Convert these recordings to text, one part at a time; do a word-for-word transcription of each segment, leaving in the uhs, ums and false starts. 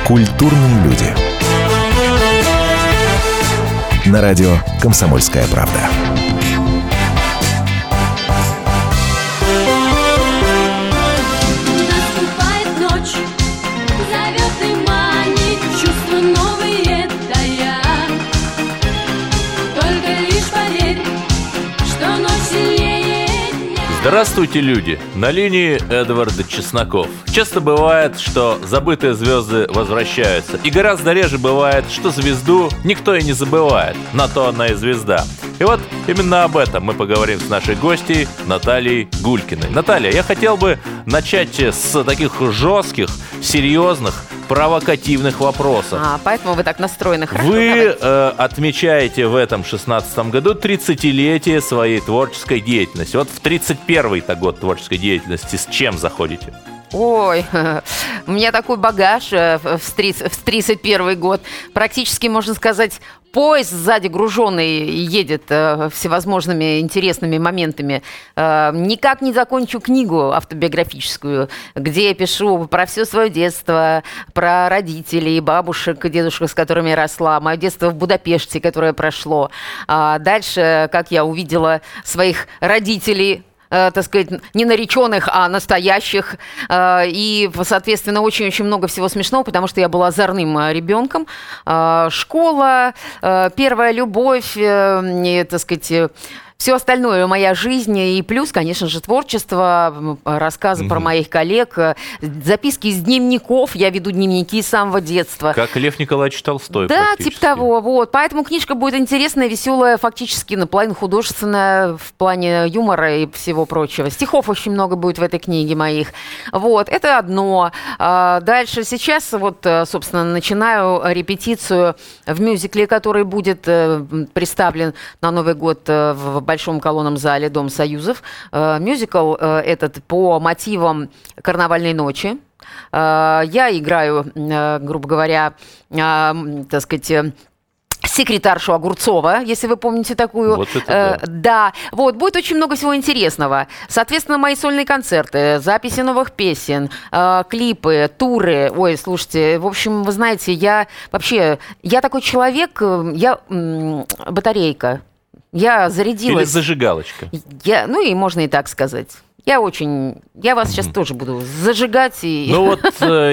Культурные люди. На радио «Комсомольская правда». Здравствуйте, люди! На линии Эдвард Чесноков. Часто бывает, что забытые звезды возвращаются. И гораздо реже бывает, что звезду никто и не забывает. На то она и звезда. И вот именно об этом мы поговорим с нашей гостьей Натальей Гулькиной. Наталья, я хотел бы начать с таких жестких, серьезных, провокативных вопросов. А, поэтому вы так настроены. Хорошо, вы э, отмечаете в этом шестнадцатом году тридцатилетие своей творческой деятельности. Вот в тридцать первый-то год творческой деятельности с чем заходите? Ой, у меня такой багаж в тридцать первый год. Практически, можно сказать, поезд сзади груженный едет всевозможными интересными моментами. Никак не закончу книгу автобиографическую, где я пишу про все свое детство, про родителей, бабушек, дедушек, с которыми я росла, мое детство в Будапеште, которое прошло. Дальше, как я увидела своих родителей, так сказать, не нареченных, а настоящих. И, соответственно, очень-очень много всего смешного, потому что я была озорным ребенком. Школа, первая любовь, так сказать, все остальное моя жизнь, и плюс, конечно же, творчество, рассказы mm-hmm. про моих коллег, записки из дневников, я веду дневники с самого детства. Как Лев Николаевич Толстой. Да, типа того, вот. Поэтому книжка будет интересная, веселая, фактически наполовину художественная в плане юмора и всего прочего. Стихов очень много будет в этой книге моих. Вот, это одно. Дальше сейчас, вот, собственно, начинаю репетицию в мюзикле, который будет представлен на Новый год в Большом колонном зале Дом Союзов. Мюзикл этот по мотивам «Карнавальной ночи». Я играю, грубо говоря, так сказать, секретаршу Огурцова, если вы помните такую. Вот это да. Да, вот, будет очень много всего интересного. Соответственно, мои сольные концерты, записи новых песен, клипы, туры. Ой, слушайте, в общем, вы знаете, я вообще, я такой человек, я батарейка. Я зарядилась. Или зажигалочка. Я, ну и можно и так сказать. Я очень... Я вас сейчас тоже буду зажигать. И... Ну вот,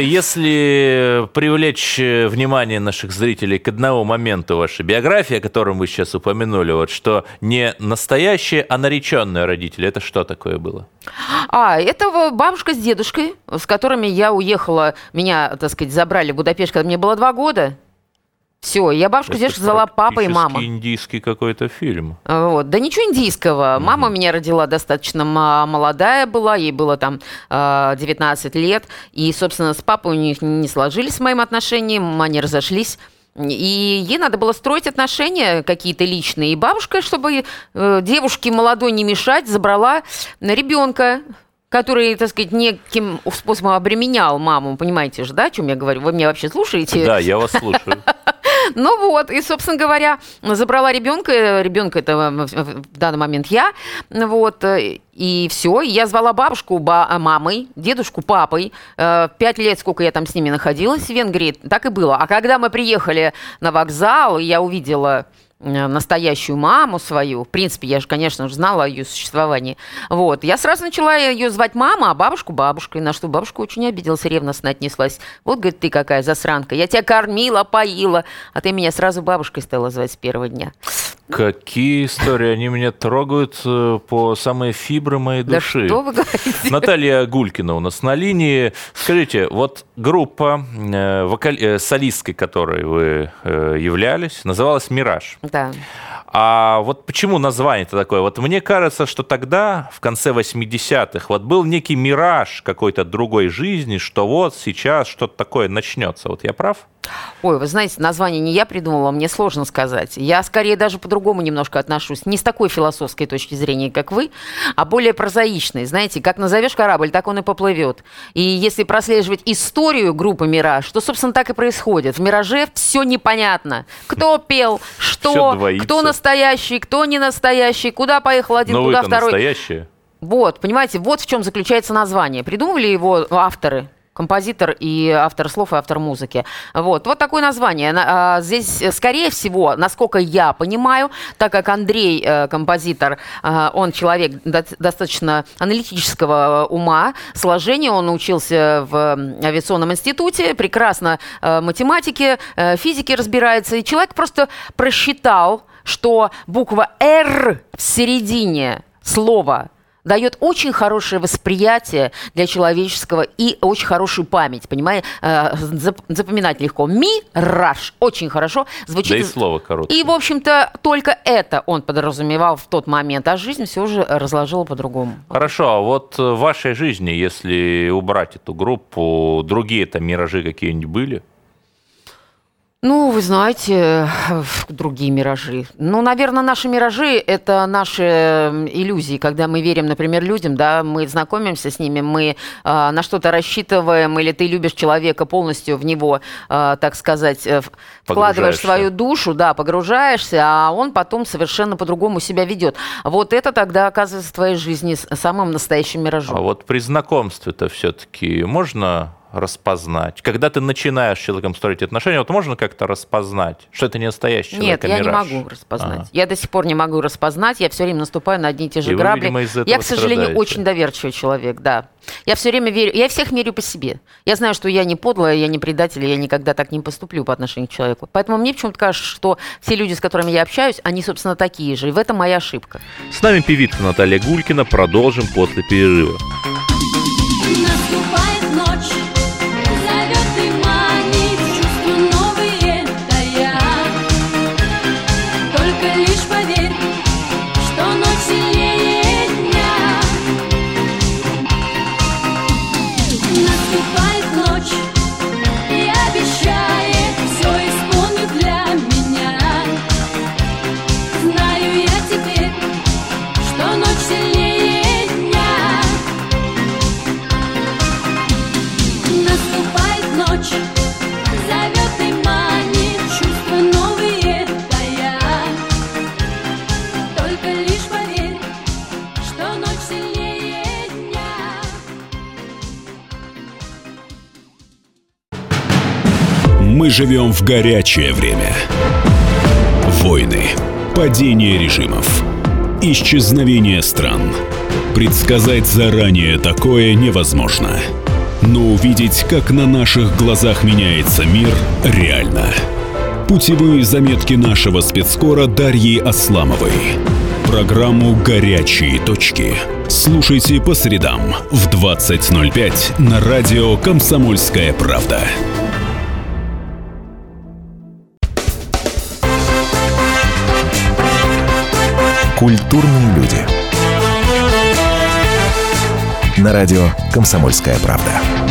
если привлечь внимание наших зрителей к одному моменту вашей биографии, о котором вы сейчас упомянули, вот что не настоящие, а нареченные родители, это что такое было? А, это бабушка с дедушкой, с которыми я уехала. Меня, так сказать, забрали в Будапешт, когда мне было два года. Все, я бабушку с дедушкой звала папа и мама. Индийский какой-то фильм. Вот. Да ничего индийского. Mm-hmm. Мама меня родила достаточно молодая была, ей было там девятнадцать лет. И, собственно, с папой у них не сложились с моим отношением, они разошлись. И ей надо было строить отношения какие-то личные. И бабушка, чтобы девушке молодой не мешать, забрала ребенка, который, так сказать, неким способом обременял маму. Понимаете же, да, о чем я говорю? Вы меня вообще слушаете? Да, я вас слушаю. Ну вот, и, собственно говоря, забрала ребенка, ребенка это в данный момент я, вот, и все, я звала бабушку ба- мамой, дедушку папой, пять лет, сколько я там с ними находилась в Венгрии, так и было. А когда мы приехали на вокзал, я увидела настоящую маму свою, в принципе, я же, конечно, уже знала о ее существовании, вот, я сразу начала ее звать мама, а бабушку бабушкой, на что бабушка очень обиделась, ревностно отнеслась. Вот, говорит, ты какая засранка, я тебя кормила, поила, а ты меня сразу бабушкой стала звать с первого дня. Какие истории, они меня трогают по самые фибры моей души. Да что вы говорите? Наталья Гулькина у нас на линии. Скажите, вот группа, вокаль... солисткой которой вы являлись, называлась «Мираж». Да. А вот почему название-то такое? Вот мне кажется, что тогда, в конце восьмидесятых, вот был некий мираж какой-то другой жизни, что вот сейчас что-то такое начнется. Вот я прав? Ой, вы знаете, название не я придумала, мне сложно сказать. Я скорее даже по-другому немножко отношусь. Не с такой философской точки зрения, как вы, а более прозаичной. Знаете, как назовешь корабль, так он и поплывет. И если прослеживать историю группы «Мираж», то, собственно, так и происходит. В «Мираже» все непонятно. Кто пел, что, кто настоящий, кто не настоящий, куда поехал один, Но куда второй. Настоящие. Вот, понимаете, вот в чем заключается название. Придумали его авторы. Композитор и автор слов, и автор музыки. Вот, вот такое название. Здесь, скорее всего, насколько я понимаю, так как Андрей, композитор, он человек достаточно аналитического ума, сложения, он учился в авиационном институте, прекрасно математике, физике разбирается, и человек просто просчитал, что буква «Р» в середине слова дает очень хорошее восприятие для человеческого и очень хорошую память, понимаете? Запоминать легко. Мираж. Очень хорошо звучит. Да и слово короткое. И, в общем-то, только это он подразумевал в тот момент, а жизнь все же разложила по-другому. Хорошо, а вот в вашей жизни, если убрать эту группу, другие-то миражи какие-нибудь были? Ну, вы знаете, другие миражи. Ну, наверное, наши миражи – это наши иллюзии, когда мы верим, например, людям, да, мы знакомимся с ними, мы э, на что-то рассчитываем, или ты любишь человека полностью в него, э, так сказать, вкладываешь свою душу, да, погружаешься, а он потом совершенно по-другому себя ведет. Вот это тогда оказывается в твоей жизни самым настоящим миражом. А вот при знакомстве-то все-таки можно распознать? Когда ты начинаешь с человеком строить отношения, вот можно как-то распознать, что это не настоящий человек, а мираж? Нет, я не могу распознать. Ага. Я до сих пор не могу распознать, я все время наступаю на одни и те же и грабли. Вы, видимо, я, к сожалению, страдаете. очень доверчивый человек, да. Я все время верю, я всех мерю по себе. Я знаю, что я не подлая, я не предатель, я никогда так не поступлю по отношению к человеку. Поэтому мне почему-то кажется, что все люди, с которыми я общаюсь, они, собственно, такие же. И в этом моя ошибка. С нами певица Наталья Гулькина. Продолжим после перерыва. Наступает ночь. Мы живем в горячее время. Войны, падение режимов, исчезновение стран. Предсказать заранее такое невозможно. Но увидеть, как на наших глазах меняется мир, реально. Путевые заметки нашего спецкора Дарьи Асламовой. Программу «Горячие точки» слушайте по средам в двадцать ноль пять на радио «Комсомольская правда». Культурные люди. На радио «Комсомольская правда».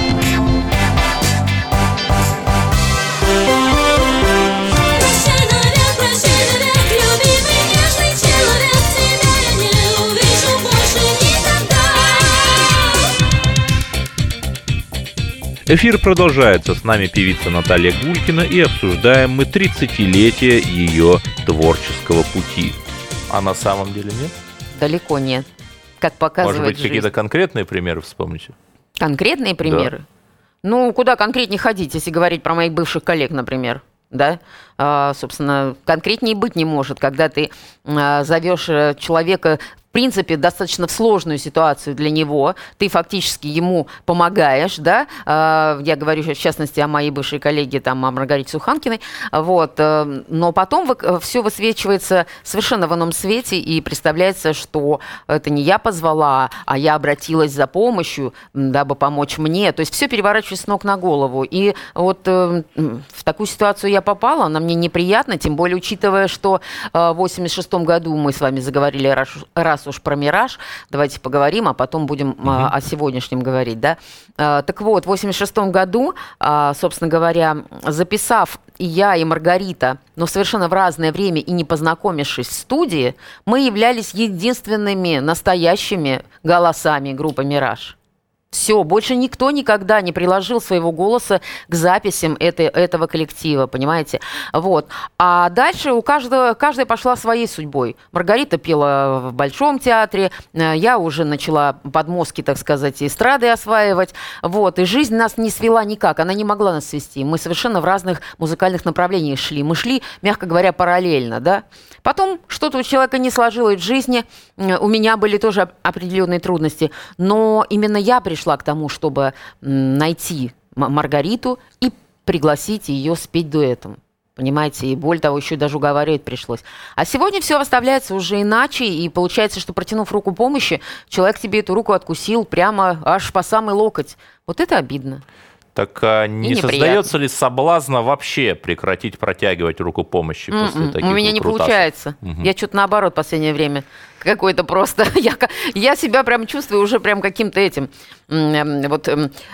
Эфир продолжается. С нами певица Наталья Гулькина, и обсуждаем мы тридцатилетие ее творческого пути. А на самом деле нет? Далеко нет. Как показывает Может быть, жизнь. какие-то конкретные примеры вспомните? Конкретные примеры? Да. Ну, куда конкретнее ходить, если говорить про моих бывших коллег, например? Да? А, собственно, конкретнее быть не может, когда ты а, зовешь человека, в принципе, достаточно в сложную ситуацию для него, ты фактически ему помогаешь, да, я говорю в частности о моей бывшей коллеге, там, о Маргарите Суханкиной, вот, но потом все высвечивается совершенно в ином свете, и представляется, что это не я позвала, а я обратилась за помощью, дабы помочь мне, то есть все переворачивается с ног на голову, и вот в такую ситуацию я попала, она мне неприятна, тем более учитывая, что в восемьдесят шестом году мы с вами заговорили раз, раз уж про «Мираж», давайте поговорим, а потом будем угу. а, о сегодняшнем говорить, да. А, так вот, в восемьдесят шестом году, а, собственно говоря, записав и я, и Маргарита, но совершенно в разное время и не познакомившись в студии, мы являлись единственными настоящими голосами группы «Мираж». Все, больше никто никогда не приложил своего голоса к записям этой, этого коллектива, понимаете? Вот. А дальше у каждого, каждая пошла своей судьбой. Маргарита пела в Большом театре, я уже начала подмостки, так сказать, эстрады осваивать. Вот. И жизнь нас не свела никак, она не могла нас свести. Мы совершенно в разных музыкальных направлениях шли. Мы шли, мягко говоря, параллельно, да? Потом что-то у человека не сложилось в жизни, у меня были тоже определенные трудности, но именно я пришла к тому, чтобы найти Маргариту и пригласить ее спеть дуэтом. Понимаете, и более того, еще даже уговаривать пришлось. А сегодня все выставляется уже иначе, и получается, что, протянув руку помощи, человек тебе эту руку откусил прямо аж по самый локоть. Вот это обидно. Так а не создается ли соблазна вообще прекратить протягивать руку помощи после Mm-mm, таких У меня не выкрутасов? получается. Угу. Я что-то наоборот в последнее время. Какой-то просто... я, я себя прям чувствую уже прям каким-то этим... Вот...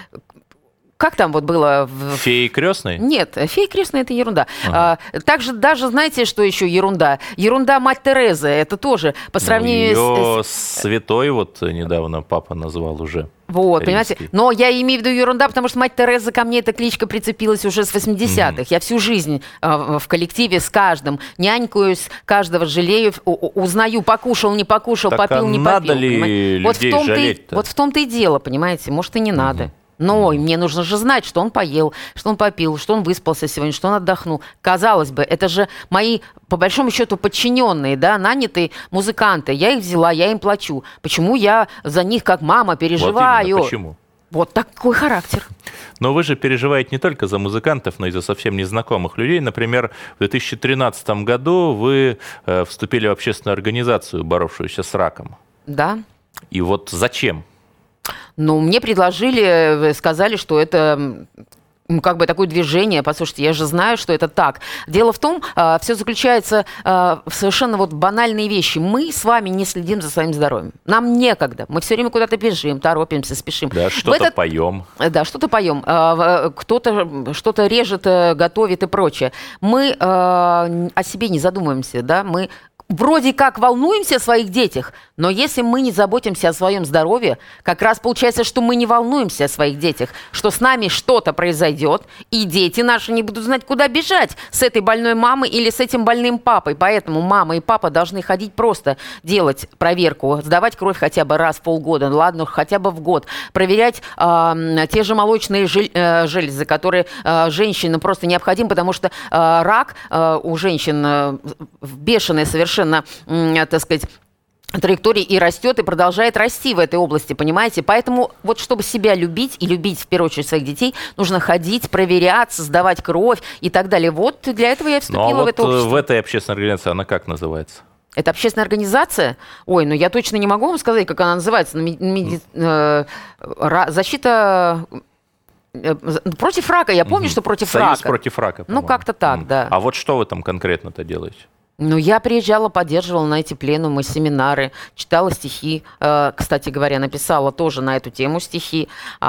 Как там вот было? В... Феи крестные? Нет, феи крестные – это ерунда. Ага. А, также даже, знаете, что еще ерунда? Ерунда мать Терезы – это тоже по сравнению ну, ее с... святой вот недавно папа назвал уже. Вот, римский. понимаете? Но я имею в виду ерунда, потому что мать Тереза ко мне эта кличка прицепилась уже с восьмидесятых. Mm-hmm. Я всю жизнь э, в коллективе с каждым нянькаюсь, каждого жалею, у- узнаю, покушал, не покушал, так попил, а не надо попил. ли Вот в, том-то и, жалеть-то? вот в том-то и дело, понимаете? Может, и не mm-hmm. надо. Но мне нужно же знать, что он поел, что он попил, что он выспался сегодня, что он отдохнул. Казалось бы, это же мои, по большому счету, подчиненные, да, нанятые музыканты. Я их взяла, я им плачу. Почему я за них, как мама, переживаю? Вот именно, почему? Вот такой характер. Но вы же переживаете не только за музыкантов, но и за совсем незнакомых людей. Например, в две тысячи тринадцатом году вы э, вступили в общественную организацию, боровшуюся с раком. Да. И вот зачем? Ну, мне предложили, сказали, что это как бы такое движение. Послушайте, я же знаю, что это так. Дело в том, все заключается в совершенно вот банальные вещи. Мы с вами не следим за своим здоровьем. Нам некогда. Мы все время куда-то бежим, торопимся, спешим. Да, что-то этот... поем. Да, что-то поем. Кто-то что-то режет, готовит и прочее. Мы о себе не задумываемся, да, мы вроде как волнуемся о своих детях, но если мы не заботимся о своем здоровье, как раз получается, что мы не волнуемся о своих детях, что с нами что-то произойдет, и дети наши не будут знать, куда бежать с этой больной мамой или с этим больным папой. Поэтому мама и папа должны ходить просто делать проверку, сдавать кровь хотя бы раз в полгода, ладно, хотя бы в год, проверять э, те же молочные жел- э, железы, которые э, женщинам просто необходимы, потому что э, рак э, у женщин э, бешеный совершенно так сказать, траектории и растет, и продолжает расти в этой области, понимаете? Поэтому вот чтобы себя любить и любить, в первую очередь, своих детей, нужно ходить, проверяться, сдавать кровь и так далее. Вот для этого я вступила ну, а в это вот общество. В этой общественной организации она как называется? Это общественная организация? Ой, ну я точно не могу вам сказать, как она называется. Меди... э, защита... Против рака. Я помню, угу. что против Союз рака. против рака, по-моему. Ну, как-то так, mm. да. А вот что вы там конкретно-то делаете? Ну, я приезжала, поддерживала на эти пленумы, семинары, читала стихи. Кстати говоря, написала тоже на эту тему стихи.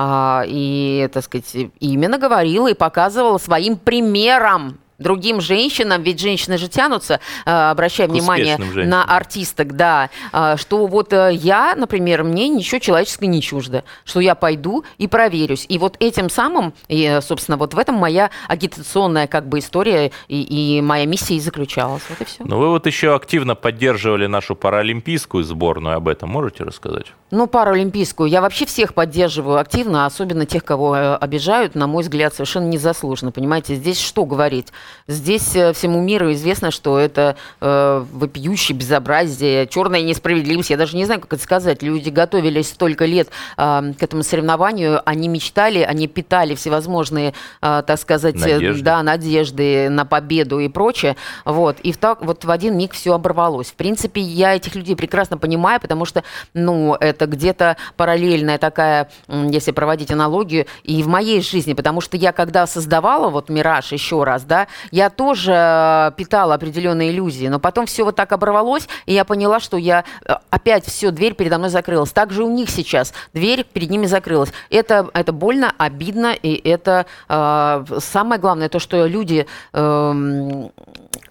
И, так сказать, именно говорила и показывала своим примером другим женщинам, ведь женщины же тянутся, обращая внимание на артисток, да, что вот я, например, мне ничего человеческого не чуждо, что я пойду и проверюсь. И вот этим самым, и, собственно, вот в этом моя агитационная как бы история и, и моя миссия и заключалась. Вот и все. Ну, вы вот еще активно поддерживали нашу паралимпийскую сборную, об этом можете рассказать? Ну, паралимпийскую. Я вообще всех поддерживаю активно, особенно тех, кого обижают, на мой взгляд, совершенно незаслуженно. Понимаете, здесь что говорить? Здесь всему миру известно, что это э, вопиющее безобразие, черная несправедливость. Я даже не знаю, как это сказать. Люди готовились столько лет э, к этому соревнованию, они мечтали, они питали всевозможные, э, так сказать, надежды. Да, надежды на победу и прочее. Вот. И в, так, вот в один миг все оборвалось. В принципе, я этих людей прекрасно понимаю, потому что, ну, это где-то параллельная такая, если проводить аналогию, и в моей жизни, потому что я, когда создавала вот «Мираж» еще раз, да, я тоже питала определенные иллюзии, но потом все вот так оборвалось, и я поняла, что я опять все, дверь передо мной закрылась. Так же у них сейчас дверь перед ними закрылась. Это, это больно, обидно, и это э, самое главное, то, что люди... Э,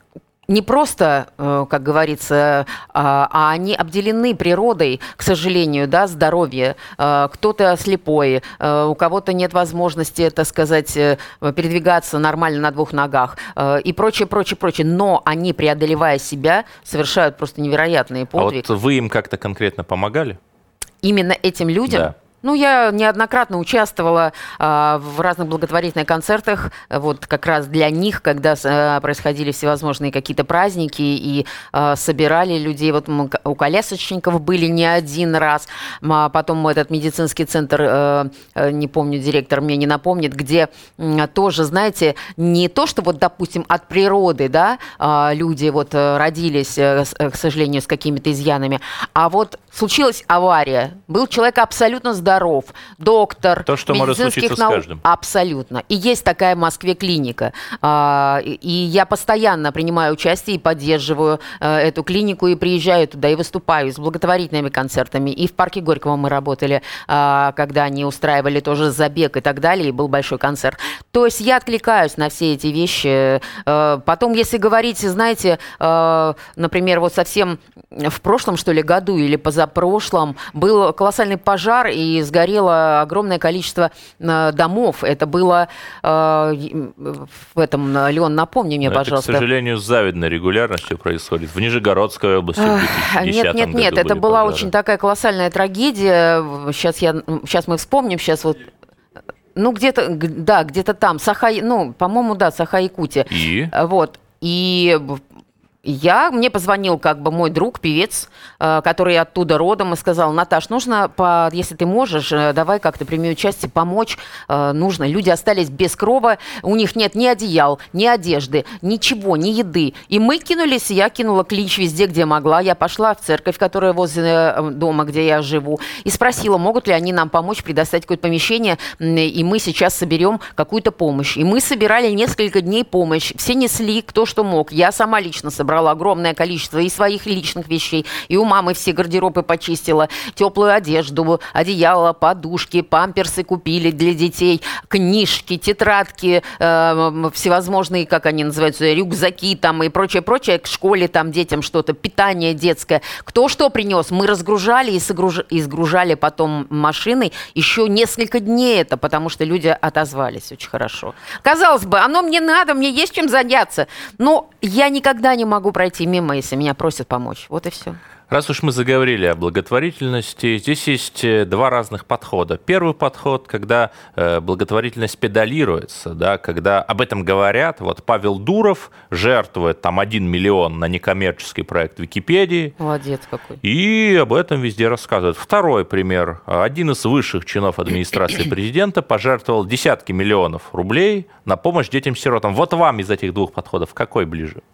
не просто, как говорится, а они обделены природой, к сожалению, да, здоровье. Кто-то слепой, у кого-то нет возможности, так сказать, передвигаться нормально на двух ногах и прочее, прочее, прочее. Но они, преодолевая себя, совершают просто невероятные подвиги. А вот вы им как-то конкретно помогали? Именно этим людям? Да. Ну, я неоднократно участвовала а, в разных благотворительных концертах, вот как раз для них, когда а, происходили всевозможные какие-то праздники и а, собирали людей. Вот мы у колясочников были не один раз, а потом этот медицинский центр, а, не помню, директор мне не напомнит, где а, тоже, знаете, не то, что вот, допустим, от природы, да, а, люди вот родились, а, к сожалению, с какими-то изъянами, а вот случилась авария, был человек абсолютно здоровый, здоров, доктор, то, что может случиться наук. с каждым. Абсолютно. И есть такая в Москве клиника. И я постоянно принимаю участие и поддерживаю эту клинику, и приезжаю туда, и выступаю с благотворительными концертами. И в парке Горького мы работали, когда они устраивали тоже забег и так далее, и был большой концерт. То есть я откликаюсь на все эти вещи. Потом, если говорить, знаете, например, вот совсем в прошлом, что ли, году или позапрошлом был колоссальный пожар, и сгорело огромное количество э, домов. Это было э, в этом, Леон, напомни мне, Но пожалуйста. Это, к сожалению, с завидной регулярностью происходит. В Нижегородской области в две тысячи десятом Нет, нет, нет, это была пожары. Очень такая колоссальная трагедия. Сейчас, я, сейчас мы вспомним, сейчас вот... Ну, где-то, да, где-то там, Саха, ну, по-моему, да, Саха-Якутия. И? Вот, и... Я, мне позвонил как бы мой друг, певец, который оттуда родом, и сказал: Наташ, нужно, по, если ты можешь, давай как-то прими участие, помочь нужно. Люди остались без крова, у них нет ни одеял, ни одежды, ничего, ни еды. И мы кинулись, я кинула клич везде, где могла. Я пошла в церковь, которая возле дома, где я живу, и спросила, могут ли они нам помочь предоставить какое-то помещение, и мы сейчас соберем какую-то помощь. И мы собирали несколько дней помощь. Все несли, кто что мог. Я сама лично собрала брала огромное количество и своих личных вещей, и у мамы все гардеробы почистила, теплую одежду, одеяло, подушки, памперсы купили для детей, книжки, тетрадки, э, всевозможные, как они называются, рюкзаки там и прочее-прочее, к школе там детям что-то, питание детское. Кто что принес, мы разгружали и, согруж... и сгружали потом машиной еще несколько дней это, потому что люди отозвались очень хорошо. Казалось бы, оно мне надо, мне есть чем заняться, но я никогда не могу пройти мимо, если меня просят помочь. Вот и все. Раз уж мы заговорили о благотворительности, здесь есть два разных подхода. Первый подход, когда э, благотворительность педалируется, да, когда об этом говорят. Вот Павел Дуров жертвует там один миллион на некоммерческий проект Википедии. Молодец какой. И об этом везде рассказывают. Второй пример. Один из высших чинов администрации президента пожертвовал десятки миллионов рублей на помощь детям-сиротам. Вот вам из этих двух подходов какой ближе?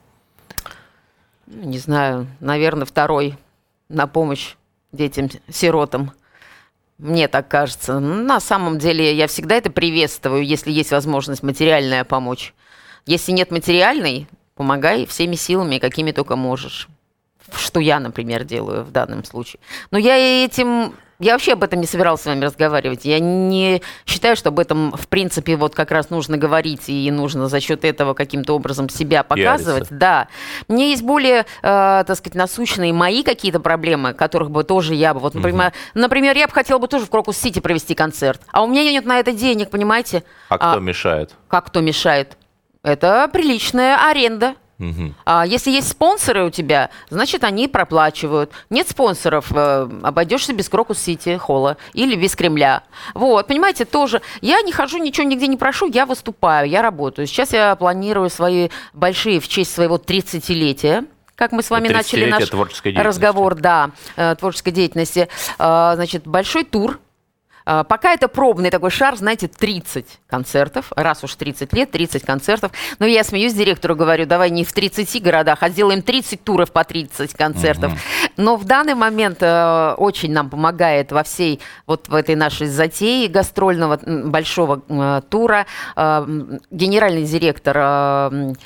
Не знаю, наверное, второй. На помощь детям-сиротам. Мне так кажется. На самом деле я всегда это приветствую, если есть возможность материальная помочь. Если нет материальной, помогай всеми силами, какими только можешь. Что я, например, делаю в данном случае. Но я этим... Я вообще об этом не собиралась с вами разговаривать. Я не считаю, что об этом, в принципе, вот как раз нужно говорить, и нужно за счет этого каким-то образом себя показывать. Пиариться. Да. Мне есть более, э, так сказать, насущные мои какие-то проблемы, которых бы тоже я бы... Вот, например, угу. например я бы хотела бы тоже в Крокус-Сити провести концерт. А у меня нет на это денег, понимаете? А, а кто мешает? Как кто мешает? Это приличная аренда. Угу. А если есть спонсоры у тебя, значит, они проплачивают. Нет спонсоров, э, обойдешься без Крокус-Сити холла или без Кремля. Вот, понимаете, тоже. Я не хожу, ничего нигде не прошу, я выступаю, я работаю. Сейчас я планирую свои большие в честь своего тридцатилетия. Как мы с вами начали наш разговор, да, творческой деятельности. Значит, большой тур. Пока это пробный такой шар, знаете, тридцать концертов, раз уж тридцать лет, тридцать концертов. Но я смеюсь директору, говорю, давай не в тридцати городах, а сделаем тридцать туров по тридцать концертов. Угу. Но в данный момент э, очень нам помогает во всей вот в этой нашей затее гастрольного большого э, тура э, генеральный директор э,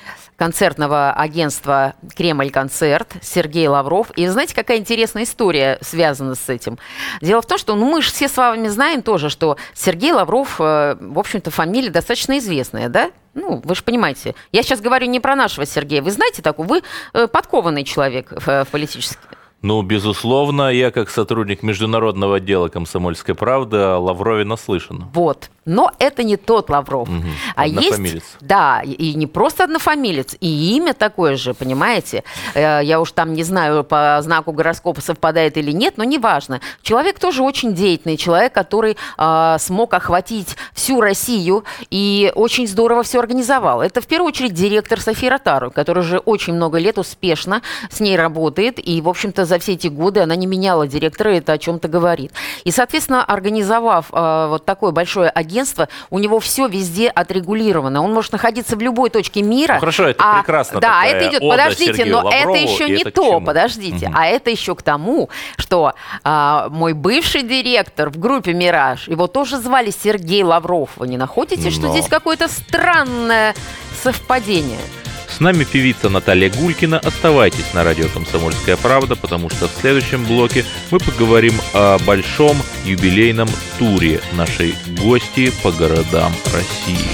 концертного агентства «Кремль-концерт» Сергей Лавров. И знаете, какая интересная история связана с этим? Дело в том, что ну, мы же все с вами знаем тоже, что Сергей Лавров, в общем-то, фамилия достаточно известная, да? Ну, вы же понимаете. Я сейчас говорю не про нашего Сергея. Вы знаете такого? Вы подкованный человек политически. Ну, безусловно, я как сотрудник международного отдела «Комсомольской правды» о Лаврове наслышан. Вот. Но это не тот Лавров. Угу. А Однофамилец. есть, да, и не просто однофамилец, и имя такое же, понимаете? Я уж там не знаю, по знаку гороскопа совпадает или нет, но неважно. Человек тоже очень деятельный, человек, который э, смог охватить всю Россию и очень здорово все организовал. Это в первую очередь директор Софии Ротару, который уже очень много лет успешно с ней работает, и, в общем-то, за все эти годы она не меняла директора, это о чем-то говорит. И, соответственно, организовав э, вот такое большое агентство, агентство, у него все везде отрегулировано. Он может находиться в любой точке мира. Ну, хорошо, это а, прекрасно. Да, это идет. Подождите, Сергею но Лаврову, это еще не это то. Подождите, угу. а это еще к тому, что а, мой бывший директор в группе «Мираж», его тоже звали Сергей Лавров. Вы не находите, но... что здесь какое-то странное совпадение? С нами певица Наталья Гулькина. Оставайтесь на радио «Комсомольская правда», потому что в следующем блоке мы поговорим о большом юбилейном туре нашей гости по городам России.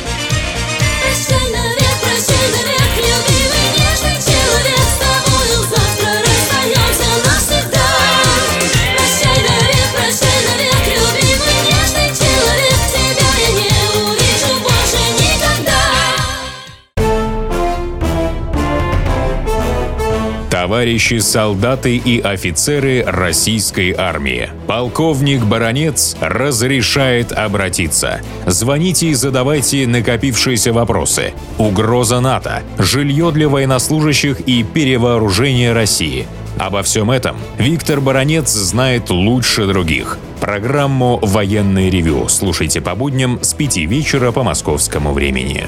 Товарищи солдаты и офицеры российской армии, полковник Баранец разрешает обратиться. Звоните и задавайте накопившиеся вопросы. Угроза НАТО, жилье для военнослужащих и перевооружение России. Обо всем этом Виктор Баранец знает лучше других. Программу «Военное ревю» слушайте по будням с пяти вечера по московскому времени.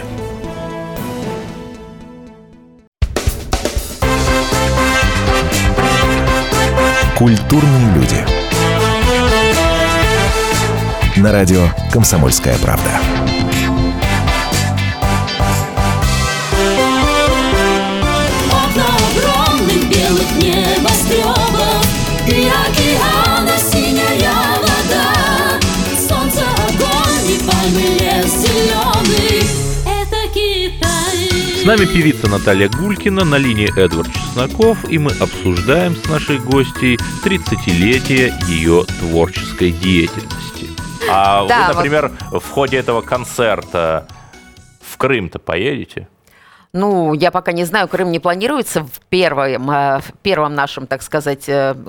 Культурные люди. На радио «Комсомольская правда». Окна огромных белых небоскребов и океана синяя вода. Солнце, огонь и пальмы, лес зеленый. Это Китай. С нами певица Наталья Гулькина, на линии Эдвард Чесноков, и мы обсуждаем с нашей гостьей тридцатилетие ее творческой деятельности. А да, вы, например, вот... в ходе этого концерта в Крым-то поедете? Ну, я пока не знаю, Крым не планируется в первом, в первом нашем, так сказать,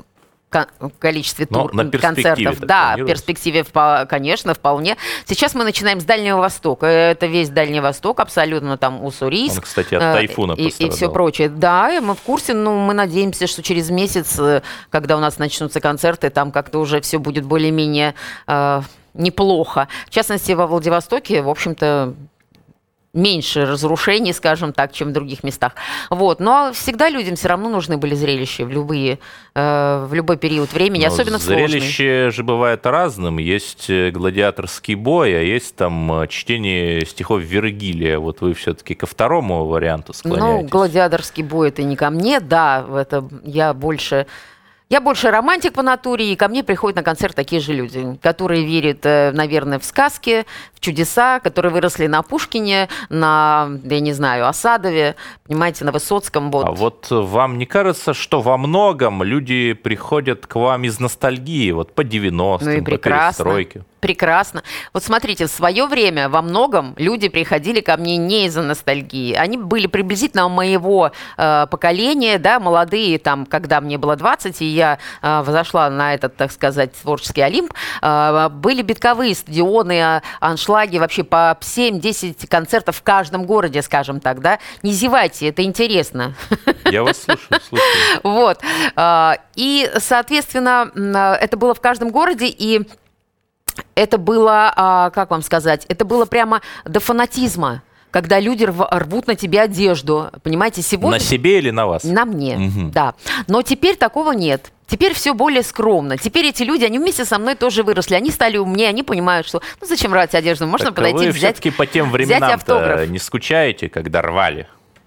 количестве тур, концертов. Да, в перспективе, конечно, вполне. Сейчас мы начинаем с Дальнего Востока. Это весь Дальний Восток, абсолютно там Уссурийск. Он, кстати, от тайфуна и, и все прочее. Да, и мы в курсе, но мы надеемся, что через месяц, когда у нас начнутся концерты, там как-то уже все будет более-менее э, неплохо. В частности, во Владивостоке, в общем-то, меньше разрушений, скажем так, чем в других местах. Вот. Но всегда людям все равно нужны были зрелища в, любые, э, в любой период времени, но особенно сложные. Зрелище же бывает разным. Есть гладиаторский бой, а есть там чтение стихов Вергилия. Вот вы все-таки ко второму варианту склоняетесь. Ну, гладиаторский бой — это не ко мне, да, это я больше... Я больше романтик по натуре, и ко мне приходят на концерт такие же люди, которые верят, наверное, в сказки, в чудеса, которые выросли на Пушкине, на, я не знаю, Осадове, понимаете, на Высоцком. Вот. А вот вам не кажется, что во многом люди приходят к вам из ностальгии, вот по девяностым, ну и по перестройке? Прекрасно. Вот смотрите, в свое время во многом люди приходили ко мне не из-за ностальгии. Они были приблизительно моего э, поколения, да, молодые, там, когда мне было двадцать, и я э, взошла на этот, так сказать, творческий Олимп. Э, были битковые стадионы, аншлаги, вообще по семь-десять концертов в каждом городе, скажем так, да. Не зевайте, это интересно. Я вас слушаю, слушаю. Вот. Э, и, соответственно, это было в каждом городе, и это было, как вам сказать, это было прямо до фанатизма, когда люди рвут на тебе одежду, понимаете, сегодня... На себе или на вас? На мне, угу. Да. Но теперь такого нет. Теперь все более скромно. Теперь эти люди, они вместе со мной тоже выросли. Они стали умнее, они понимают, что ну зачем рвать одежду, можно так подойти, вы взять, все-таки по тем временам не скучаете, когда рвали?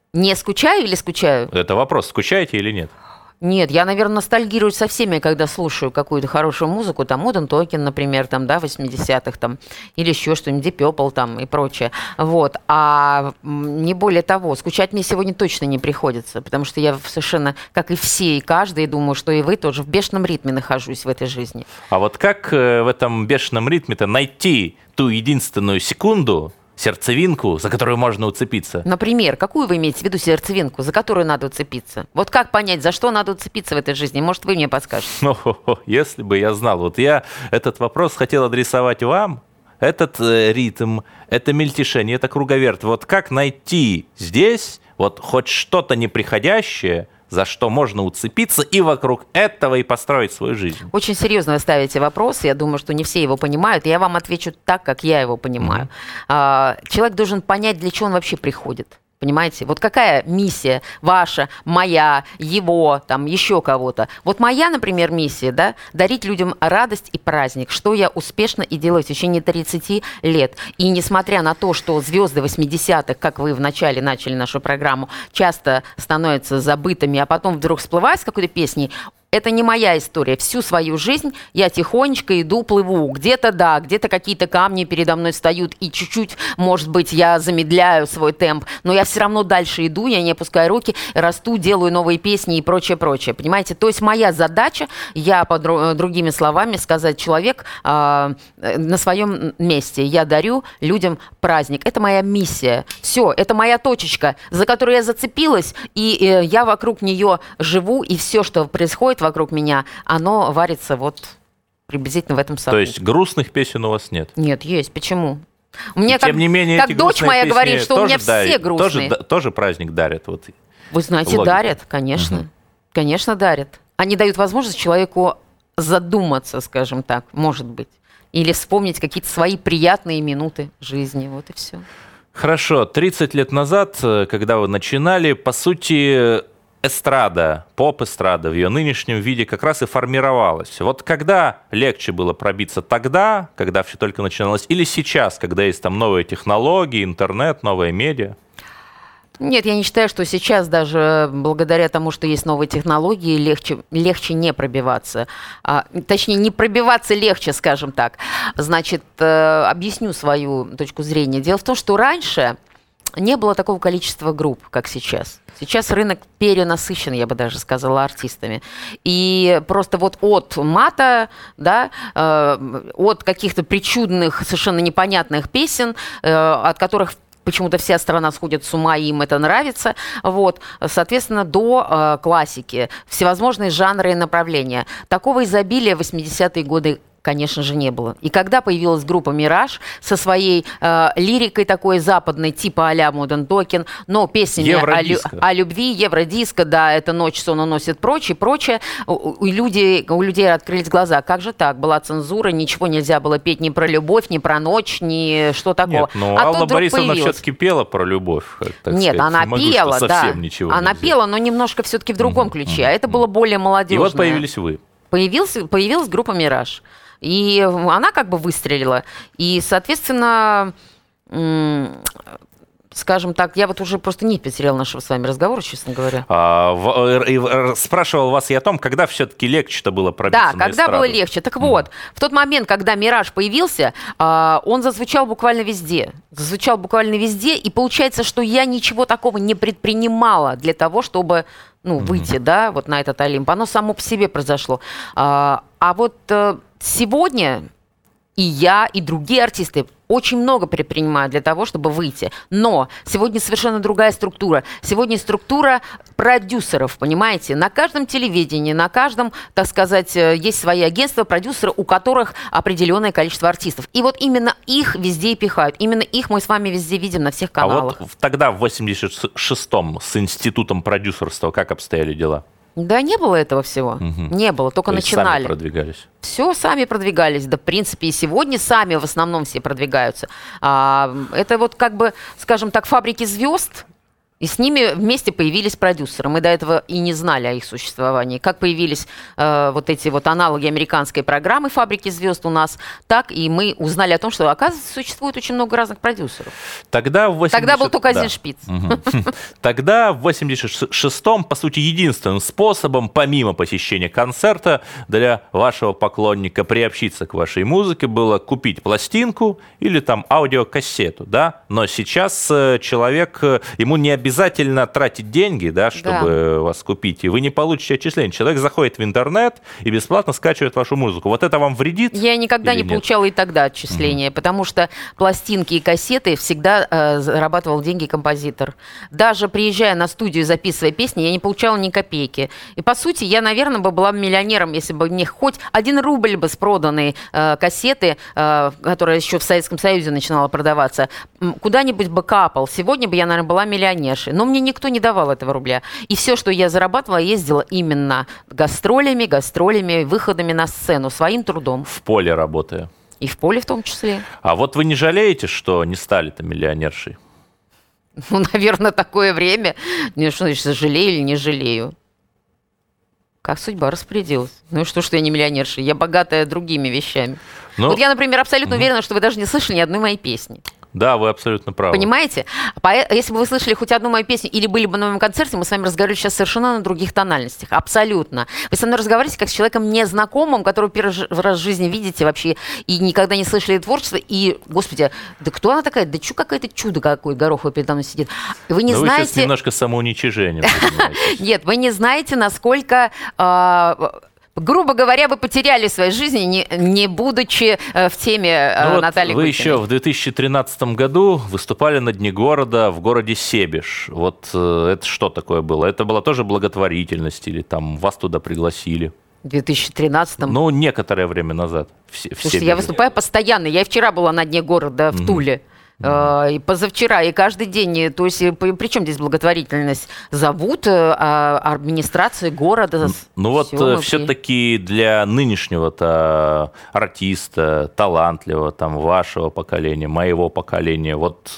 Не скучаю или скучаю? Это вопрос, скучаете или нет? Нет, я, наверное, ностальгирую со всеми, когда слушаю какую-то хорошую музыку, там, Modern Talking, например, там, да, восьмидесятых, там, или еще что-нибудь, Deep Purple, там, и прочее, вот, а не более того, скучать мне сегодня точно не приходится, потому что я совершенно, как и все, и каждый, думаю, что и вы тоже в бешеном ритме нахожусь в этой жизни. А вот как в этом бешеном ритме-то найти ту единственную секунду, сердцевинку, за которую можно уцепиться? Например, какую вы имеете в виду сердцевинку, за которую надо уцепиться? Вот как понять, за что надо уцепиться в этой жизни? Может, вы мне подскажете? Ну, если бы я знал. Вот я этот вопрос хотел адресовать вам. Этот э, ритм, это мельтешение, это круговерт. Вот как найти здесь вот хоть что-то неприходящее, за что можно уцепиться, и вокруг этого и построить свою жизнь? Очень серьезно вы ставите вопрос. Я думаю, что не все его понимают. Я вам отвечу так, как я его понимаю. Mm-hmm. Человек должен понять, для чего он вообще приходит. Понимаете? Вот какая миссия ваша, моя, его, там, еще кого-то. Вот моя, например, миссия, да, дарить людям радость и праздник, что я успешно и делаю в течение тридцати лет. И несмотря на то, что звезды восьмидесятых, как вы вначале начали нашу программу, часто становятся забытыми, а потом вдруг всплывают с какой-то песней, это не моя история. Всю свою жизнь я тихонечко иду, плыву. Где-то да, где-то какие-то камни передо мной встают, и чуть-чуть, может быть, я замедляю свой темп, но я все равно дальше иду, я не опускаю руки, расту, делаю новые песни и прочее, прочее. Понимаете? То есть моя задача, я, по другими словами, сказать, человек э, на своем месте. Я дарю людям праздник. Это моя миссия. Все, это моя точечка, за которую я зацепилась, и э, я вокруг нее живу, и все, что происходит вокруг меня, оно варится вот приблизительно в этом саду. То есть грустных песен у вас нет? Нет, есть. Почему? Мне И, как, тем не менее, как эти дочь моя песни говорит, что у меня дарят, все грустные. Тоже, тоже праздник дарят. Вот. Вы знаете, Логика. дарят, конечно. Угу. Конечно, дарят. Они дают возможность человеку задуматься, скажем так, может быть. Или вспомнить какие-то свои приятные минуты жизни. Вот и все. Хорошо. тридцать лет назад, когда вы начинали, по сути, эстрада, поп-эстрада в ее нынешнем виде как раз и формировалась. Вот когда легче было пробиться тогда, когда все только начиналось, или сейчас, когда есть там новые технологии, интернет, новые медиа? Нет, я не считаю, что сейчас даже благодаря тому, что есть новые технологии, легче, легче не пробиваться. А, точнее, не пробиваться легче, скажем так. Значит, э, объясню свою точку зрения. Дело в том, что раньше не было такого количества групп, как сейчас. Сейчас рынок перенасыщен, я бы даже сказала, артистами. И просто вот от мата, да, э, от каких-то причудных, совершенно непонятных песен, э, от которых почему-то вся страна сходит с ума, и им это нравится, вот, соответственно, до э, классики, всевозможные жанры и направления. Такого изобилия в восьмидесятые годы, конечно же, не было. И когда появилась группа «Мираж» со своей э, лирикой такой западной, типа а-ля Modern Talking, но песнями о, лю- о любви, евродиско, да, это «Ночь сон уносит прочь» и прочее, у, у, людей, у людей открылись глаза. Как же так? Была цензура, ничего нельзя было петь ни про любовь, ни про ночь, ни что такого. Нет, но а Алла Борисовна появилась. все-таки пела про любовь. Так Нет, сказать. она Могу, пела, что да. совсем ничего Она нельзя. пела, но немножко все-таки в другом Угу, ключе. угу, А это было более молодежное. И вот появились вы. Появился, появилась группа «Мираж». И она как бы выстрелила. И, соответственно, скажем так, я вот уже просто нить потеряла нашего с вами разговора, честно говоря. А, в, и, спрашивал вас я о том, когда все-таки легче-то было пробиться да, на когда эстраду. было легче. Так вот, mm. в тот момент, когда «Мираж» появился, он зазвучал буквально везде. Зазвучал буквально везде, и получается, что я ничего такого не предпринимала для того, чтобы ну, выйти, mm-hmm. да, вот на этот Олимп. Оно само по себе произошло. А, а вот сегодня и я, и другие артисты очень много предпринимают для того, чтобы выйти. Но сегодня совершенно другая структура. Сегодня структура продюсеров, понимаете? На каждом телевидении, на каждом, так сказать, есть свои агентства, продюсеры, у которых определенное количество артистов. И вот именно их везде и пихают. Именно их мы с вами везде видим на всех каналах. А вот тогда, в восемьдесят шестом, с институтом продюсерства как обстояли дела? Да не было этого всего. Угу. Не было, только То есть начинали. Сами продвигались. Все сами продвигались. Да, в принципе, и сегодня сами в основном все продвигаются. А, это вот как бы, скажем так, фабрики звезд, И с ними вместе появились продюсеры. Мы до этого и не знали о их существовании. Как появились э, вот эти вот аналоги американской программы «Фабрики звезд» у нас, так и мы узнали о том, что, оказывается, существует очень много разных продюсеров. Тогда, в восемьдесят... Тогда был только один да. шпиц. Тогда в восемьдесят шестом, по сути, единственным способом, помимо посещения концерта, для вашего поклонника приобщиться к вашей музыке было купить пластинку или там аудиокассету, да? Но сейчас человек, ему не обязательно обязательно тратить деньги, да, чтобы да. вас купить, и вы не получите отчисления. Человек заходит в интернет и бесплатно скачивает вашу музыку. Вот это вам вредит? Я никогда не нет? получала и тогда отчисления, угу. потому что пластинки и кассеты всегда э, зарабатывал деньги композитор. Даже приезжая на студию, записывая песни, я не получала ни копейки. И, по сути, я, наверное, бы была миллионером, если бы мне хоть один рубль бы с проданной э, кассеты, э, которая еще в Советском Союзе начинала продаваться, куда-нибудь бы капал. Сегодня бы я, наверное, была миллионершей. Но мне никто не давал этого рубля. И все, что я зарабатывала, ездила именно гастролями, гастролями, выходами на сцену, своим трудом. В поле работая. И в поле в том числе. А вот вы не жалеете, что не стали-то миллионершей? Ну, наверное, такое время. Не, что значит, жалею или не жалею? Как судьба распорядилась. Ну и что, что я не миллионерша? Я богатая другими вещами. Но... Вот я, например, абсолютно угу. уверена, что вы даже не слышали ни одной моей песни. Да, вы абсолютно правы. Понимаете? Если бы вы слышали хоть одну мою песню или были бы на моем концерте, мы с вами разговаривали сейчас совершенно на других тональностях. Абсолютно. Вы со мной разговариваете как с человеком незнакомым, которого первый раз в жизни видите вообще и никогда не слышали творчество. И, господи, да кто она такая? Да чё какое-то чудо какое Горохова передо мной сидит. Вы не Но знаете... вы сейчас немножко самоуничижением занимаетесь. Нет, вы не знаете, насколько... Грубо говоря, вы потеряли свою жизнь, не, не будучи э, в теме э, ну вот Натальи Вы Гулькиной. еще в две тысячи тринадцатом году выступали на Дне города в городе Себеж. Вот э, это что такое было? Это была тоже благотворительность или там вас туда пригласили? В две тысячи тринадцатом? Ну, некоторое время назад. В, в Слушайте, Себеже. я выступаю постоянно. Я и вчера была на Дне города в mm-hmm. Туле. И позавчера, и каждый день. То есть, при чем здесь благотворительность? Зовут администрации города. Ну вот все-таки для нынешнего-то артиста, талантливого, там, вашего поколения, моего поколения, вот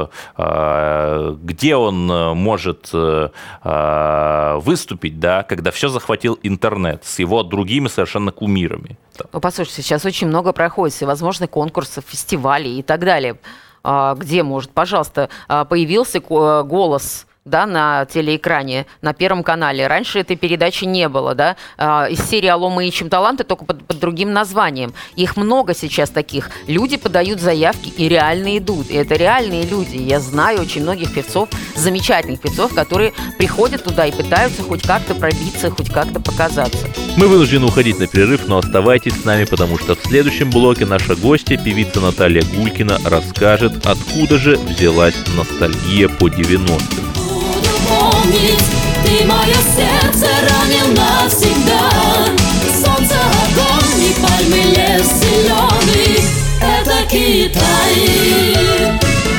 где он может выступить, да, когда все захватил интернет с его другими совершенно кумирами? Ну, послушайте, сейчас очень много проходит всевозможных конкурсов, фестивалей и так далее. Где может, пожалуйста, появился голос, да, на телеэкране, на Первом канале. Раньше этой передачи не было, да, из серии «Алло, мы ищем таланты», только под, под другим названием. Их много сейчас таких. Люди подают заявки и реально идут. И это реальные люди. Я знаю очень многих певцов, замечательных певцов, которые приходят туда и пытаются хоть как-то пробиться, хоть как-то показаться. Мы вынуждены уходить на перерыв, но оставайтесь с нами, потому что в следующем блоке наша гостья, певица Наталья Гулькина, расскажет, откуда же взялась ностальгия по девяностым. Помнить, ты мое сердце ранил навсегда. Солнце, огонь и пальмы, лес зеленый — это Китай.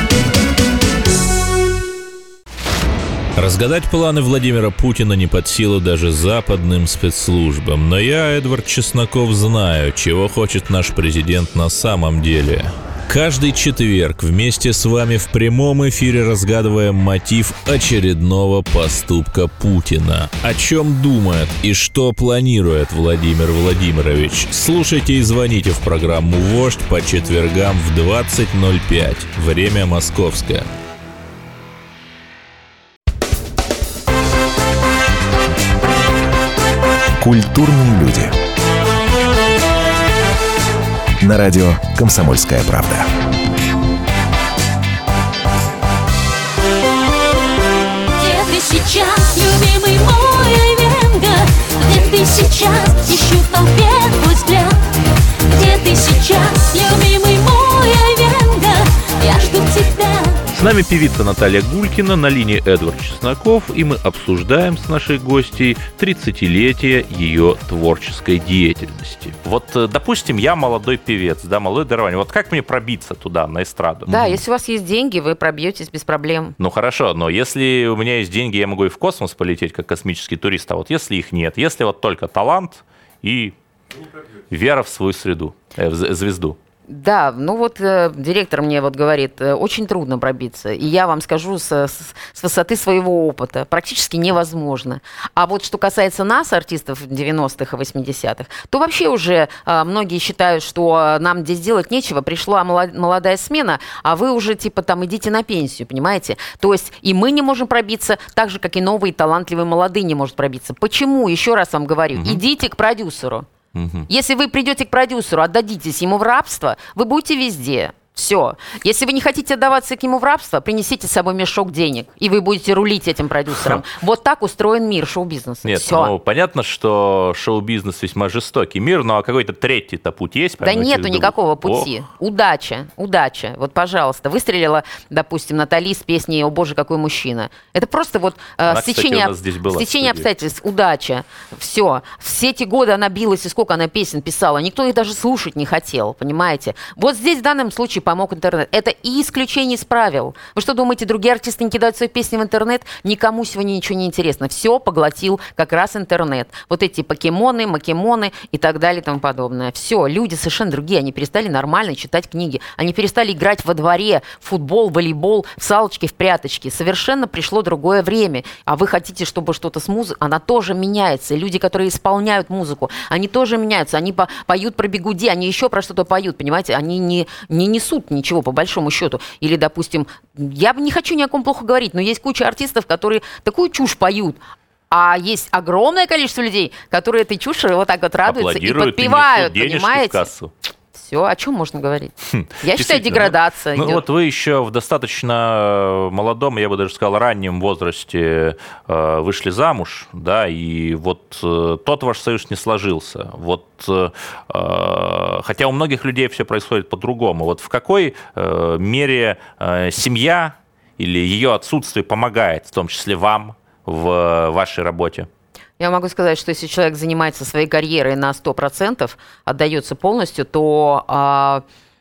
Разгадать планы Владимира Путина не под силу даже западным спецслужбам. Но я, Эдвард Чесноков, знаю, чего хочет наш президент на самом деле. Каждый четверг вместе с вами в прямом эфире разгадываем мотив очередного поступка Путина. О чем думает и что планирует Владимир Владимирович? Слушайте и звоните в программу «Вождь» по четвергам в двадцать ноль пять. Время московское. Культурные люди. На радио «Комсомольская правда». Где ты сейчас, любимый мой Венга? Где ты сейчас, ищу в толпе твой взгляд? Где ты сейчас, любимый мой Венга? Я жду тебя. С нами певица Наталья Гулькина, на линии Эдвард Чесноков, и мы обсуждаем с нашей гостьей тридцатилетие ее творческой деятельности. Вот, допустим, я молодой певец, да, молодой дарование. Вот как мне пробиться туда, на эстраду? Да, если у вас есть деньги, вы пробьетесь без проблем. Ну хорошо, но если у меня есть деньги, я могу и в космос полететь, как космический турист, а вот если их нет, если вот только талант и вера в свою среду, э, в звезду. Да, ну вот э, директор мне вот говорит, э, очень трудно пробиться. И я вам скажу с, с, с высоты своего опыта, практически невозможно. А вот что касается нас, артистов девяностых и восьмидесятых, то вообще уже э, многие считают, что нам здесь делать нечего, пришла молод, молодая смена, а вы уже типа там идите на пенсию, понимаете? То есть и мы не можем пробиться, так же, как и новые талантливые молодые не могут пробиться. Почему? Еще раз вам говорю, угу. идите к продюсеру. Если вы придете к продюсеру, отдадитесь ему в рабство, вы будете везде. Все. Если вы не хотите отдаваться к нему в рабство, принесите с собой мешок денег, и вы будете рулить этим продюсером. Вот так устроен мир шоу-бизнеса. Нет, Всё. ну понятно, что шоу-бизнес весьма жестокий мир, но какой-то третий-то путь есть? Да нету никакого пути. Ох. Удача, удача. Вот, пожалуйста, выстрелила, допустим, Натали с песней «О боже, какой мужчина». Это просто вот она, стечение, кстати, была, стечение обстоятельств, удача. Все. Все эти годы она билась, и сколько она песен писала, никто их даже слушать не хотел, понимаете? Вот здесь в данном случае помог интернет. Это и исключение из правил. Вы что думаете, другие артисты не кидают свои песни в интернет? Никому сегодня ничего не интересно. Все поглотил как раз интернет. Вот эти покемоны, макемоны и так далее и тому подобное. Все, люди совершенно другие. Они перестали нормально читать книги. Они перестали играть во дворе в футбол, волейбол, в салочки, в пряточки. Совершенно пришло другое время. А вы хотите, чтобы что-то с музыкой? Она тоже меняется. Люди, которые исполняют музыку, они тоже меняются. Они по- поют про бигуди, они еще про что-то поют, понимаете? Они не, не несут ничего по большому счету. Или, допустим, я не хочу ни о ком плохо говорить, но есть куча артистов, которые такую чушь поют, а есть огромное количество людей, которые этой чушью вот так вот радуются и подпевают, понимаете? В кассу. Все, о чем можно говорить? Я считаю, деградация ну, идет. Ну вот вы еще в достаточно молодом, я бы даже сказал, раннем возрасте э, вышли замуж, да, и вот э, тот ваш союз не сложился. Вот, э, хотя у многих людей все происходит по-другому. Вот в какой э, мере э, семья или ее отсутствие помогает, в том числе вам, в вашей работе? Я могу сказать, что если человек занимается своей карьерой на сто процентов, отдается полностью, то а,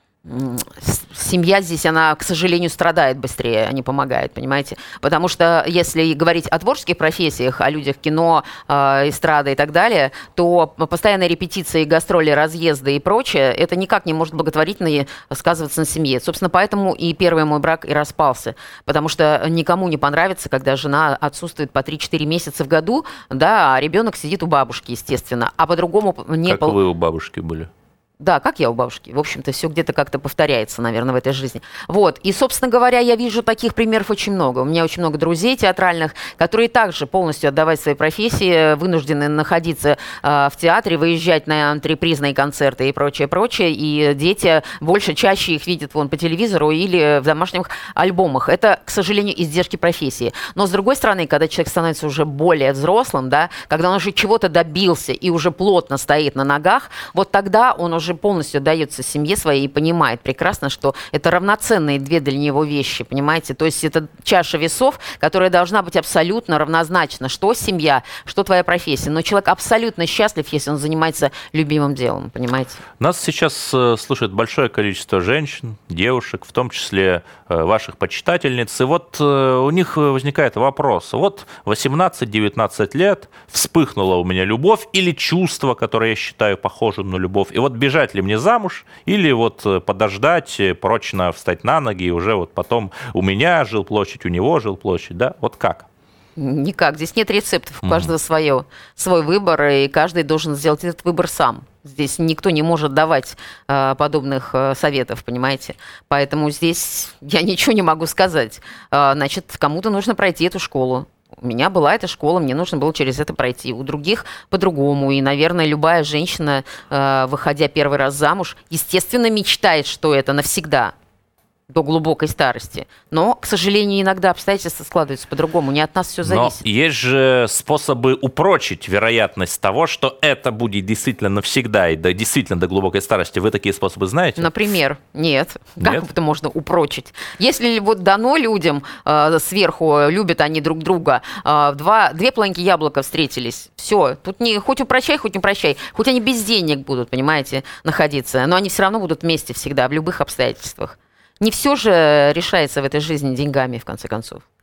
семья здесь, она, к сожалению, страдает быстрее, а не помогает, понимаете? Потому что если говорить о творческих профессиях, о людях кино, э, эстрады и так далее, то постоянные репетиции, гастроли, разъезды и прочее, это никак не может благотворительно сказываться на семье. Собственно, поэтому и первый мой брак и распался. Потому что никому не понравится, когда жена отсутствует по три-четыре месяца в году, да, а ребенок сидит у бабушки, естественно. А по-другому не... Как пол... вы у бабушки были? Да, как я у бабушки. В общем-то, все где-то как-то повторяется, наверное, в этой жизни. Вот. И, собственно говоря, я вижу таких примеров очень много. У меня очень много друзей театральных, которые также полностью отдавать своей профессии, вынуждены находиться э, в театре, выезжать на антрепризные концерты и прочее, прочее. И дети больше, чаще их видят вон по телевизору или в домашних альбомах. Это, к сожалению, издержки профессии. Но, с другой стороны, когда человек становится уже более взрослым, да, когда он уже чего-то добился и уже плотно стоит на ногах, вот тогда он уже уже полностью отдается семье своей и понимает прекрасно, что это равноценные две для него вещи, понимаете? То есть это чаша весов, которая должна быть абсолютно равнозначна, что семья, что твоя профессия. Но человек абсолютно счастлив, если он занимается любимым делом, понимаете? Нас сейчас слушает большое количество женщин, девушек, в том числе ваших почитательниц. И вот у них возникает вопрос. Вот восемнадцать-девятнадцать лет, вспыхнула у меня любовь или чувство, которое я считаю похожим на любовь. И вот бежать ли мне замуж или вот подождать, прочно встать на ноги, и уже вот потом у меня жилплощадь, у него жилплощадь, да? Вот как? Никак. Здесь нет рецептов. У каждого свое, свой выбор, и каждый должен сделать этот выбор сам. Здесь никто не может давать э, подобных э, советов, понимаете? Поэтому здесь я ничего не могу сказать. Э, значит, кому-то нужно пройти эту школу. У меня была эта школа, мне нужно было через это пройти. У других по-другому. И, наверное, любая женщина, э, выходя первый раз замуж, естественно, мечтает, что это навсегда. До глубокой старости. Но, к сожалению, иногда обстоятельства складываются по-другому. Не от нас все зависит. Но есть же способы упрочить вероятность того, что это будет действительно навсегда и до, действительно до глубокой старости. Вы такие способы знаете? Например, нет. Как Нет? это можно упрочить? Если вот дано людям э, сверху, любят они друг друга, э, два, две половинки яблока встретились, все. Тут не, хоть упрощай, хоть не прощай. Хоть они без денег будут, понимаете, находиться, но они все равно будут вместе всегда, в любых обстоятельствах. Не все же решается в этой жизни деньгами, в конце концов.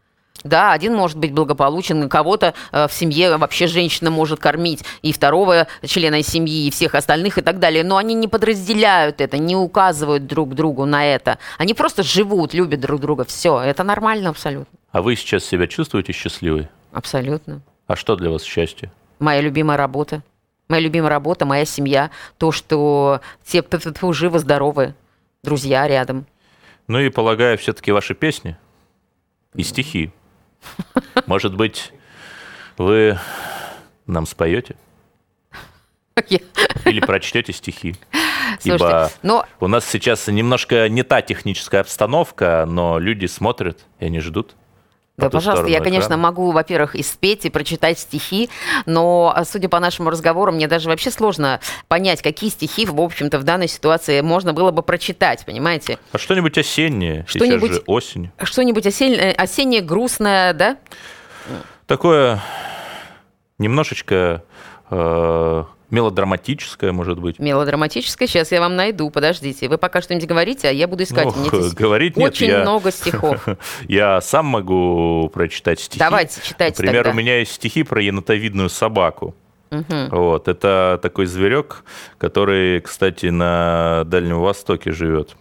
Да, один может быть благополучен, кого-то э, в семье вообще женщина может кормить и второго члена семьи, и всех остальных и так далее. Но они не подразделяют это, не указывают друг другу на это. Они просто живут, любят друг друга. Все, это нормально абсолютно. А вы сейчас себя чувствуете счастливой? Абсолютно. А что для вас счастье? Моя любимая работа. Моя любимая работа, моя семья. То, что все живы-здоровы, друзья рядом. Ну и, полагаю, все-таки ваши песни и стихи. Может быть, вы нам споете? Или прочтете стихи? Слушайте, Ибо но... у нас сейчас немножко не та техническая обстановка, но люди смотрят, и они ждут. Да, пожалуйста, я, конечно, экрана. могу, во-первых, и спеть, и прочитать стихи, но, судя по нашему разговору, мне даже вообще сложно понять, какие стихи, в общем-то, в данной ситуации можно было бы прочитать, понимаете? А что-нибудь осеннее, что-нибудь, сейчас же осень. Что-нибудь осеннее, осеннее, грустное, да? Такое немножечко... Э- Мелодраматическое, может быть. Мелодраматическое? Сейчас я вам найду, подождите. Вы пока что-нибудь говорите, а я буду искать. Ох, Мне здесь говорить нет, очень я... много стихов. Я сам могу прочитать стихи. Давайте, читайте Например, тогда. у меня есть стихи про енотовидную собаку. Угу. Вот, это такой зверек, который, кстати, на Дальнем Востоке живет.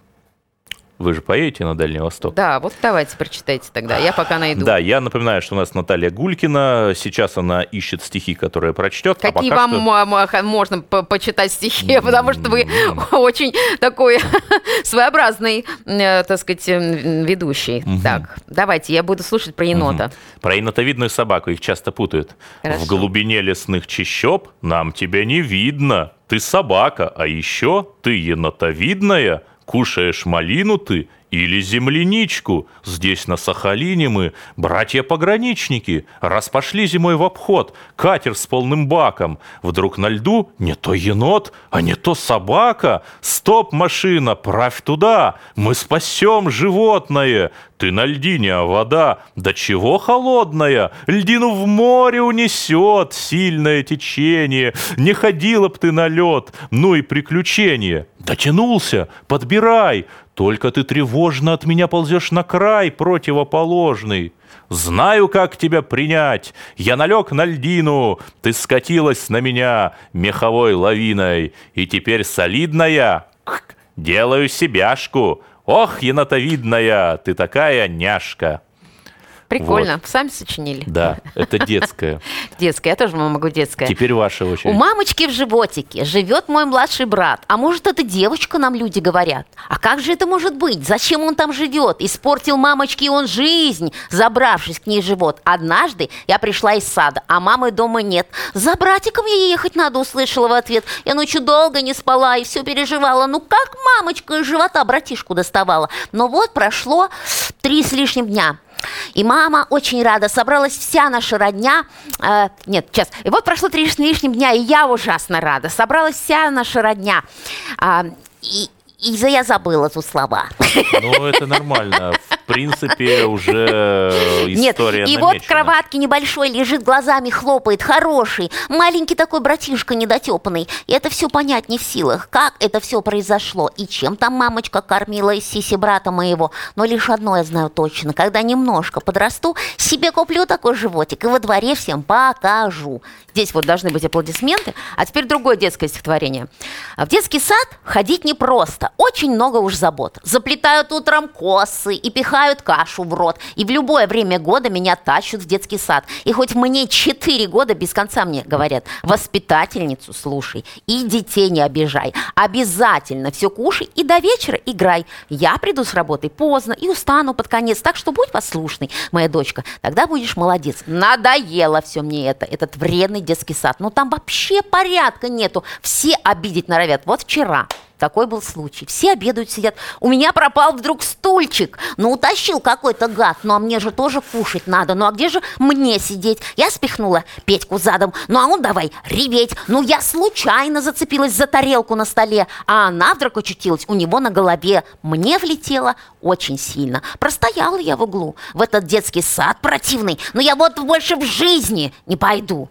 Вы же поедете на Дальний Восток? Да, вот давайте прочитайте тогда, я пока найду. Да, я напоминаю, что у нас Наталья Гулькина. Сейчас она ищет стихи, которые прочтет. Какие а вам что... можно по почитать стихи, потому что вы очень такой своеобразный, так сказать, ведущий. Так, давайте, я буду слушать про енота. Про енотовидную собаку, их часто путают. Хорошо. В глубине лесных чащоб нам тебя не видно. Ты собака, а еще ты енотовидная. Кушаешь малину ты или земляничку? Здесь на Сахалине мы, братья-пограничники, раз пошли зимой в обход, катер с полным баком. Вдруг на льду не то енот, а не то собака. Стоп, машина, правь туда, мы спасем животное. Ты на льдине, а вода до чего холодная? Льдину в море унесет сильное течение. Не ходила б ты на лед, ну и приключение. Дотянулся, подбирай. Только ты тревожно от меня ползешь на край противоположный. Знаю, как тебя принять. Я налег на льдину. Ты скатилась на меня меховой лавиной. И теперь солидная. Делаю себяшку. Ох, енотовидная, ты такая няшка. Прикольно. Вот. Сами сочинили? Да, это детское. Детское, я тоже могу детское. Теперь ваша очередь. У мамочки в животике живет мой младший брат. А может, это девочка, нам люди говорят. А как же это может быть? Зачем он там живет? Испортил мамочке он жизнь, забравшись к ней в живот. Однажды я пришла из сада, а мамы дома нет. За братиком ей ехать надо, услышала в ответ. Я ночью долго не спала и все переживала. Ну как мамочка из живота братишку доставала? Но вот прошло три с лишним дня. И мама очень рада, собралась вся наша родня. Э, нет, сейчас. И вот прошло три с лишним дня, и я ужасно рада. Собралась вся наша родня. А, и, и я забыла тут слова. Ну, это нормально. В принципе, уже история Нет, и намечена. вот в кроватке небольшой лежит, глазами хлопает, хороший, маленький такой братишка недотепанный. И это все понять не в силах, как это все произошло и чем там мамочка кормила из сиси брата моего. Но лишь одно я знаю точно, когда немножко подрасту, себе куплю такой животик и во дворе всем покажу. Здесь вот должны быть аплодисменты. А теперь другое детское стихотворение. В детский сад ходить непросто. Очень много уж забот. Заплетают утром косы и пихают кашу в рот. И в любое время года меня тащат в детский сад. И хоть мне четыре года, без конца мне говорят: воспитательницу слушай и детей не обижай. Обязательно все кушай и до вечера играй. Я приду с работы поздно и устану под конец. Так что будь послушной, моя дочка. Тогда будешь молодец. Надоело все мне это, этот вредный детский сад. Ну там вообще порядка нету. Все обидеть норовят. Вот вчера такой был случай. Все обедают, сидят. У меня пропал вдруг стульчик. Ну, утащил какой-то гад. Ну, а мне же тоже кушать надо. Ну, а где же мне сидеть? Я спихнула Петьку задом. Ну, а он давай реветь. Ну, я случайно зацепилась за тарелку на столе, а она вдруг очутилась у него на голове. Мне влетело очень сильно. Простояла я в углу в этот детский сад противный. Но я вот больше в жизни не пойду.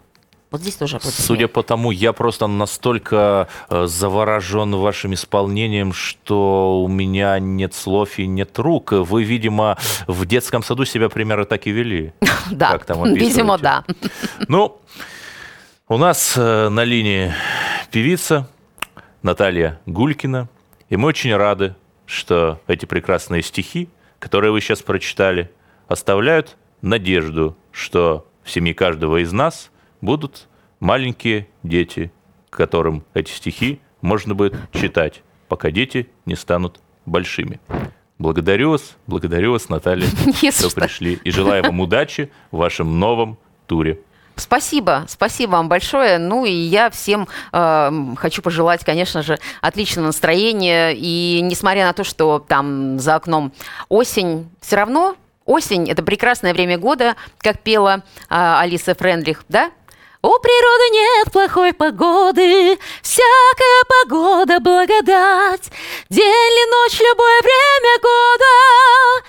Вот здесь тоже аплодисменты. Судя по тому, я просто настолько э, заворожен вашим исполнением, что у меня нет слов и нет рук. Вы, видимо, в детском саду себя примерно так и вели. Да, видимо, да. Ну, у нас э, на линии певица Наталья Гулькина, и мы очень рады, что эти прекрасные стихи, которые вы сейчас прочитали, оставляют надежду, что в семье каждого из нас будут маленькие дети, которым эти стихи можно будет читать, пока дети не станут большими. Благодарю вас, благодарю вас, Наталья, что пришли, и желаю вам удачи в вашем новом туре. Спасибо, спасибо вам большое. Ну и я всем э, хочу пожелать, конечно же, отличного настроения. И несмотря на то, что там за окном осень, все равно осень – это прекрасное время года, как пела э, Алиса Френдлих, да? У природы нет плохой погоды, всякая погода благодать. День или ночь, любое время года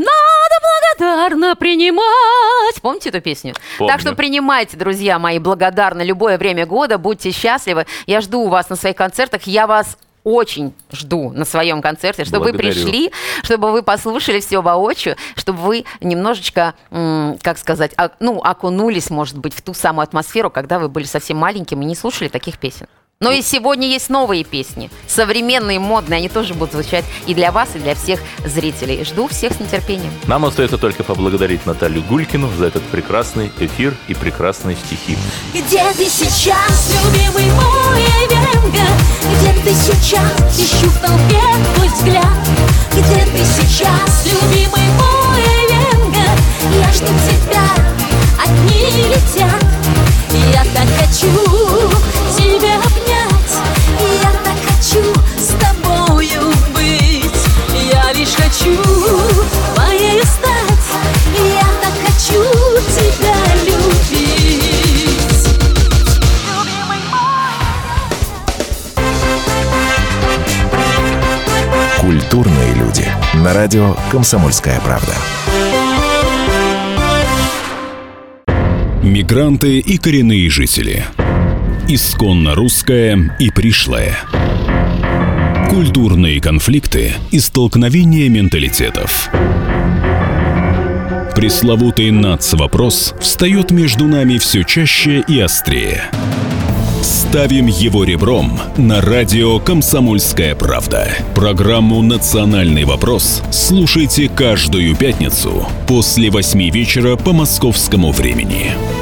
надо благодарно принимать. Помните эту песню? Помню. Так что принимайте, друзья мои, благодарно любое время года, будьте счастливы. Я жду вас на своих концертах, я вас очень жду на своем концерте, чтобы Благодарю. вы пришли, чтобы вы послушали все воочию, чтобы вы немножечко, как сказать, ну, окунулись, может быть, в ту самую атмосферу, когда вы были совсем маленьким и не слушали таких песен. Но и сегодня есть новые песни, современные, модные, они тоже будут звучать и для вас, и для всех зрителей. Жду всех с нетерпением. Нам остается только поблагодарить Наталью Гулькину за этот прекрасный эфир и прекрасные стихи. Где ты сейчас, любимый мой Венга? Где ты сейчас, ищу в толпе твой взгляд? Где ты сейчас, любимый мой Венга? Я жду тебя, одни летят. Я так хочу тебя обнять, я так хочу с тобою быть. Я лишь хочу твоею стать, я так хочу тебя любить. Любимый мой. Культурные люди. На радио «Комсомольская правда». Мигранты и коренные жители. Исконно русское и пришлое. Культурные конфликты и столкновения менталитетов. Пресловутый нацвопрос встает между нами все чаще и острее. Ставим его ребром на радио «Комсомольская правда». Программу «Национальный вопрос» слушайте каждую пятницу после восьми вечера по московскому времени.